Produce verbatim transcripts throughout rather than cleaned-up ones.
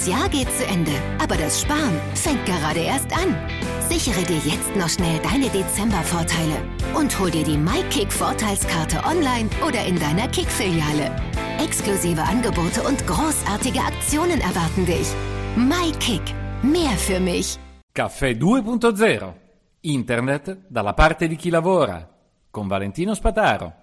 Das Jahr geht zu Ende, aber das Sparen fängt gerade erst an. Sichere dir jetzt noch schnell deine Dezember-Vorteile und hol dir die MyKick-Vorteilskarte online oder in deiner Kick-Filiale. Exklusive Angebote und großartige Aktionen erwarten dich. MyKick, mehr für mich. Caffè due punto zero. Internet dalla parte di chi lavora. Con Valentino Spataro.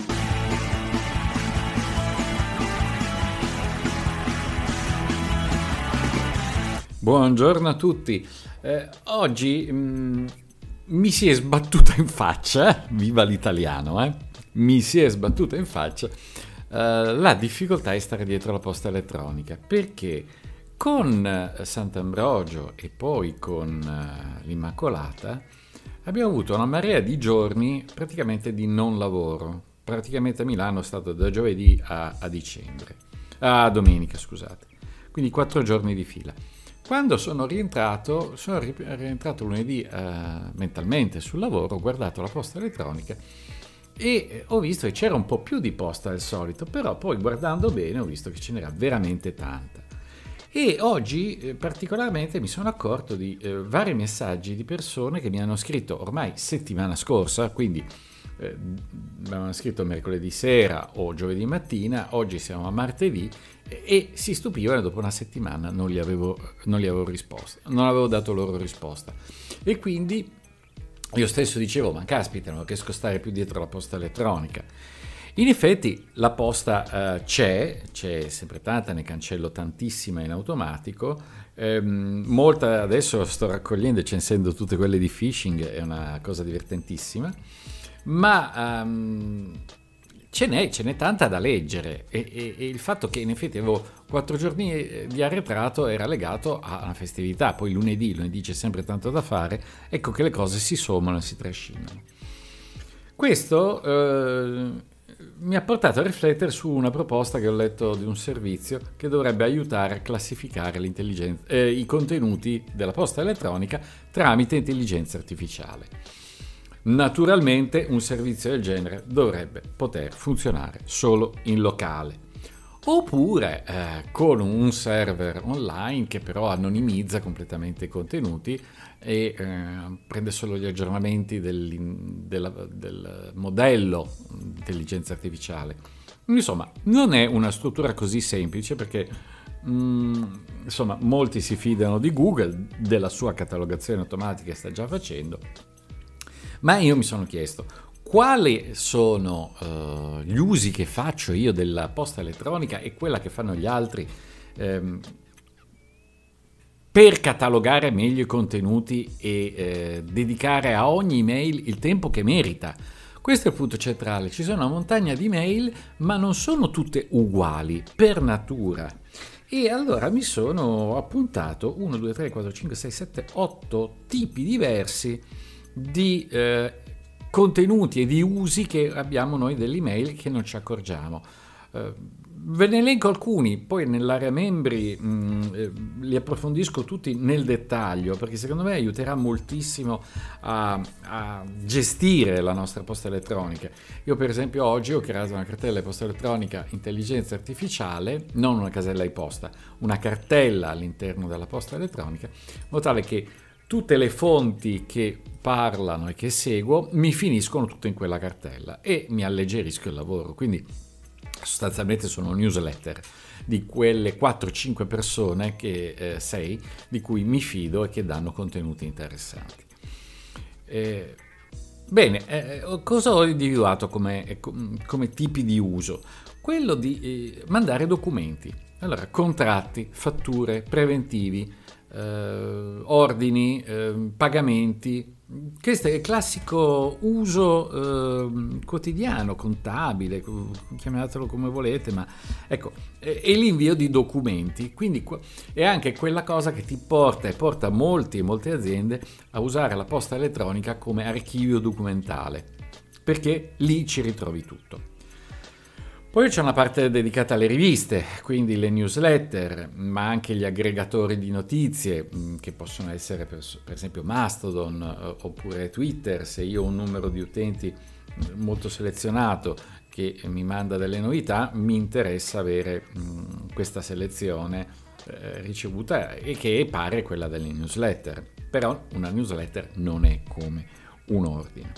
Buongiorno a tutti. Eh, oggi mh, mi si è sbattuta in faccia, viva l'italiano, eh? mi si è sbattuta in faccia eh, la difficoltà di stare dietro la posta elettronica, perché con Sant'Ambrogio e poi con uh, l'Immacolata abbiamo avuto una marea di giorni praticamente di non lavoro. Praticamente a Milano è stato da giovedì a, a dicembre, a domenica, scusate, quindi quattro giorni di fila. Quando sono rientrato, sono rientrato lunedì uh, mentalmente sul lavoro, ho guardato la posta elettronica e ho visto che c'era un po' più di posta del solito, però poi guardando bene ho visto che ce n'era veramente tanta. E oggi eh, particolarmente mi sono accorto di eh, vari messaggi di persone che mi hanno scritto ormai settimana scorsa, quindi eh, mi avevano scritto mercoledì sera o giovedì mattina, oggi siamo a martedì, e, e si stupivano, dopo una settimana non gli avevo, non gli avevo risposta, non avevo dato loro risposta. E quindi io stesso dicevo, ma caspita, non riesco a stare più dietro la posta elettronica. In effetti la posta uh, c'è, c'è sempre tanta, ne cancello tantissima in automatico, ehm, molta adesso sto raccogliendo e censendo tutte quelle di phishing, è una cosa divertentissima, ma um, ce n'è, ce n'è tanta da leggere e, e, e il fatto che in effetti avevo quattro giorni di arretrato era legato a una festività, poi lunedì, lunedì c'è sempre tanto da fare, ecco che le cose si sommano e si trascinano. Questo eh, mi ha portato a riflettere su una proposta che ho letto di un servizio che dovrebbe aiutare a classificare l'intelligenza, eh, i contenuti della posta elettronica tramite intelligenza artificiale. Naturalmente un servizio del genere dovrebbe poter funzionare solo in locale, oppure eh, con un server online che però anonimizza completamente i contenuti e eh, prende solo gli aggiornamenti del, del, del modello di intelligenza artificiale. Insomma, non è una struttura così semplice, perché mh, insomma, molti si fidano di Google, della sua catalogazione automatica che sta già facendo, ma io mi sono chiesto quali sono uh, gli usi che faccio io della posta elettronica e quella che fanno gli altri ehm, per catalogare meglio i contenuti e eh, dedicare a ogni email il tempo che merita. Questo è il punto centrale. Ci sono una montagna di mail, ma non sono tutte uguali per natura. E allora mi sono appuntato uno, due, tre, quattro, cinque, sei, sette, otto tipi diversi di eh, contenuti e di usi che abbiamo noi dell'email che non ci accorgiamo. Uh, ve ne elenco alcuni, poi nell'area membri mh, eh, li approfondisco tutti nel dettaglio, perché secondo me aiuterà moltissimo a, a gestire la nostra posta elettronica. Io per esempio oggi ho creato una cartella di posta elettronica intelligenza artificiale, non una casella di posta, una cartella all'interno della posta elettronica, in modo tale che tutte le fonti che parlano e che seguo mi finiscono tutte in quella cartella e mi alleggerisco il lavoro. Quindi sostanzialmente sono newsletter di quelle quattro cinque persone, che eh, sei, di cui mi fido e che danno contenuti interessanti. Eh, bene, eh, cosa ho individuato come, come tipi di uso? Quello di eh, mandare documenti. Allora, contratti, fatture, preventivi, eh, ordini, eh, pagamenti. Questo è il classico uso eh, quotidiano, contabile, chiamatelo come volete, ma ecco, è, è l'invio di documenti. Quindi è anche quella cosa che ti porta e porta molti e molte aziende a usare la posta elettronica come archivio documentale, perché lì ci ritrovi tutto. Poi c'è una parte dedicata alle riviste, quindi le newsletter, ma anche gli aggregatori di notizie, che possono essere per, per esempio Mastodon oppure Twitter, se io ho un numero di utenti molto selezionato che mi manda delle novità, mi interessa avere mh, questa selezione eh, ricevuta e che pare quella delle newsletter. Però una newsletter non è come un ordine.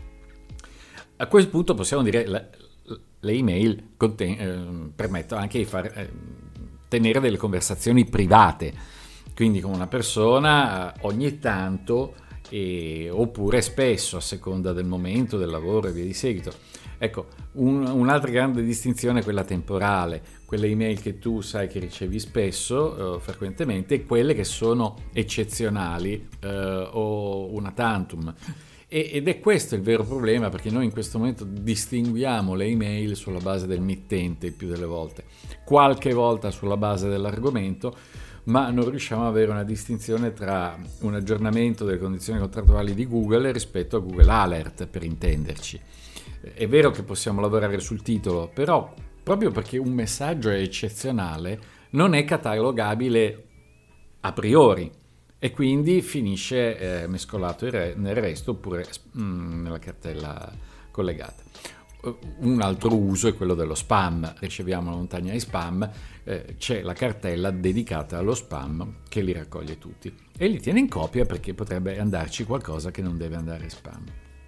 A questo punto possiamo dire che le email conten- eh, permettono anche di far, eh, tenere delle conversazioni private, quindi con una persona eh, ogni tanto e, oppure spesso a seconda del momento, del lavoro e via di seguito. Ecco, un, un'altra grande distinzione è quella temporale, quelle email che tu sai che ricevi spesso, eh, frequentemente, e quelle che sono eccezionali eh, o una tantum. E, ed è questo il vero problema, perché noi in questo momento distinguiamo le email sulla base del mittente il più delle volte, qualche volta sulla base dell'argomento, ma non riusciamo ad avere una distinzione tra un aggiornamento delle condizioni contrattuali di Google rispetto a Google Alert, per intenderci. È vero che possiamo lavorare sul titolo, però proprio perché un messaggio è eccezionale non è catalogabile a priori e quindi finisce eh, mescolato nel resto oppure mm, nella cartella collegata. Un altro uso è quello dello spam. Riceviamo una montagna di spam, eh, c'è la cartella dedicata allo spam che li raccoglie tutti e li tiene in copia perché potrebbe andarci qualcosa che non deve andare in spam.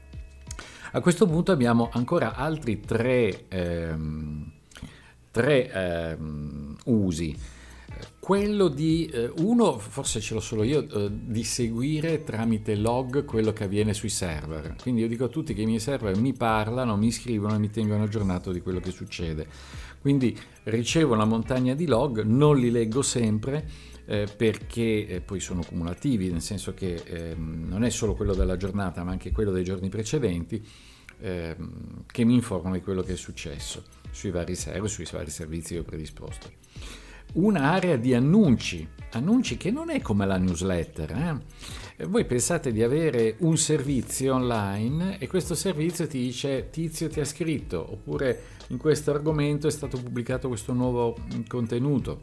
A questo punto abbiamo ancora altri tre, ehm, tre ehm, usi. Quello di, eh, uno, forse ce l'ho solo io, eh, di seguire tramite log quello che avviene sui server. Quindi io dico a tutti che i miei server mi parlano, mi scrivono e mi tengono aggiornato di quello che succede. Quindi ricevo una montagna di log, non li leggo sempre, eh, perché eh, poi sono cumulativi, nel senso che eh, non è solo quello della giornata, ma anche quello dei giorni precedenti, eh, che mi informano di quello che è successo sui vari server, sui vari servizi che ho predisposto. Un'area di annunci, annunci che non è come la newsletter. Eh? Voi pensate di avere un servizio online e questo servizio ti dice Tizio ti ha scritto, oppure in questo argomento è stato pubblicato questo nuovo contenuto.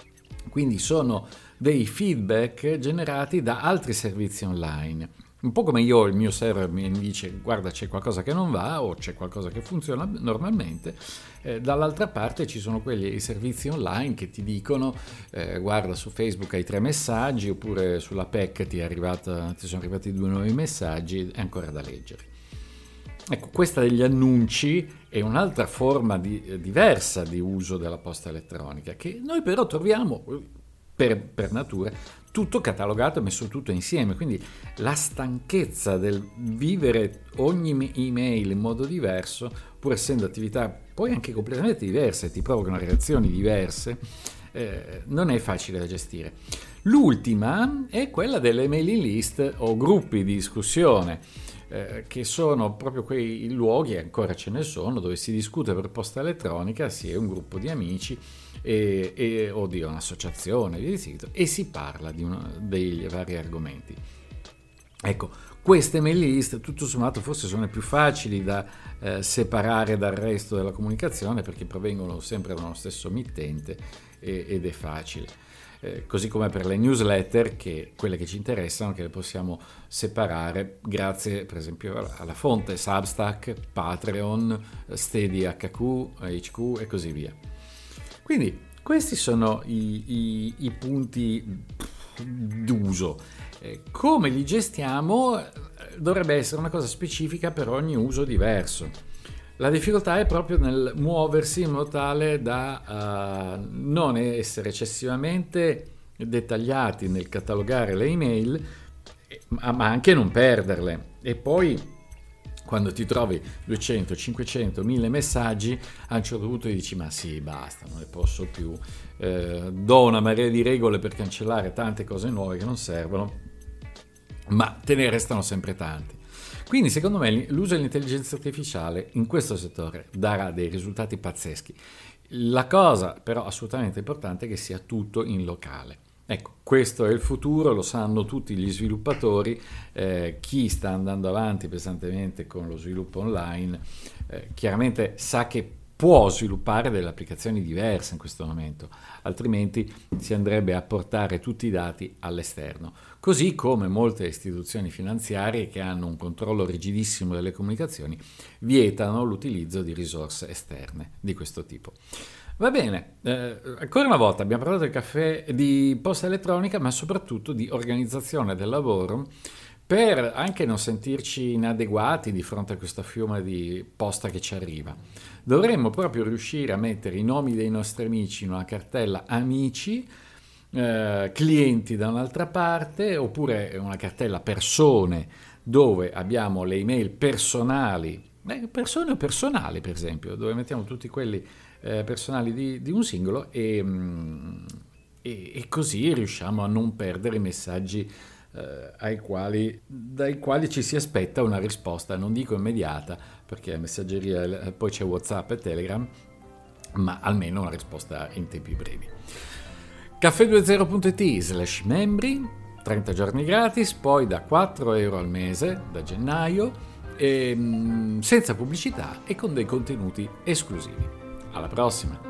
Quindi sono dei feedback generati da altri servizi online. Un po' come io, il mio server mi dice guarda c'è qualcosa che non va o c'è qualcosa che funziona normalmente, eh, dall'altra parte ci sono quelli i servizi online che ti dicono eh, guarda su Facebook hai tre messaggi, oppure sulla P E C ti, è arrivata, ti sono arrivati due nuovi messaggi, è ancora da leggere. Ecco, questa degli annunci è un'altra forma di, eh, diversa di uso della posta elettronica, che noi però troviamo per, per natura tutto catalogato e messo tutto insieme, quindi la stanchezza del vivere ogni email in modo diverso, pur essendo attività poi anche completamente diverse, ti provocano reazioni diverse, eh, non è facile da gestire. L'ultima è quella delle mailing list o gruppi di discussione, eh, che sono proprio quei luoghi, e ancora ce ne sono, dove si discute per posta elettronica, si è un gruppo di amici e, e, o di un'associazione via di seguito, e si parla di uno, dei vari argomenti. Ecco, queste mail list tutto sommato forse sono le più facili da eh, separare dal resto della comunicazione, perché provengono sempre dallo stesso mittente e, ed è facile. Eh, così come per le newsletter, che quelle che ci interessano, che le possiamo separare grazie per esempio alla fonte Substack, Patreon, Steady H Q, H Q e così via. Quindi questi sono i, i, i punti d'uso. Eh, come li gestiamo dovrebbe essere una cosa specifica per ogni uso diverso. La difficoltà è proprio nel muoversi in modo tale da uh, non essere eccessivamente dettagliati nel catalogare le email, ma, ma anche non perderle. E poi quando ti trovi duecento, cinquecento, mille messaggi, a un certo punto dici ma sì, basta, non ne posso più, eh, do una marea di regole per cancellare tante cose nuove che non servono, ma te ne restano sempre tanti. Quindi secondo me l'uso dell'intelligenza artificiale in questo settore darà dei risultati pazzeschi. La cosa però assolutamente importante è che sia tutto in locale. Ecco, questo è il futuro, lo sanno tutti gli sviluppatori, eh, chi sta andando avanti pesantemente con lo sviluppo online, eh, chiaramente sa che può sviluppare delle applicazioni diverse in questo momento, altrimenti si andrebbe a portare tutti i dati all'esterno. Così come molte istituzioni finanziarie che hanno un controllo rigidissimo delle comunicazioni vietano l'utilizzo di risorse esterne di questo tipo. Va bene, eh, ancora una volta abbiamo parlato di caffè, di posta elettronica, ma soprattutto di organizzazione del lavoro, per anche non sentirci inadeguati di fronte a questo fiume di posta che ci arriva. Dovremmo proprio riuscire a mettere i nomi dei nostri amici in una cartella amici, eh, clienti da un'altra parte, oppure una cartella persone dove abbiamo le email personali, eh, persone o personali per esempio, dove mettiamo tutti quelli eh, personali di, di un singolo e, mm, e, e così riusciamo a non perdere i messaggi Eh, ai quali, dai quali ci si aspetta una risposta, non dico immediata, perché la messaggeria, poi c'è WhatsApp e Telegram, ma almeno una risposta in tempi brevi. caffè venti punto it slash membri, trenta giorni gratis, poi da quattro euro al mese da gennaio, e, senza pubblicità e con dei contenuti esclusivi. Alla prossima!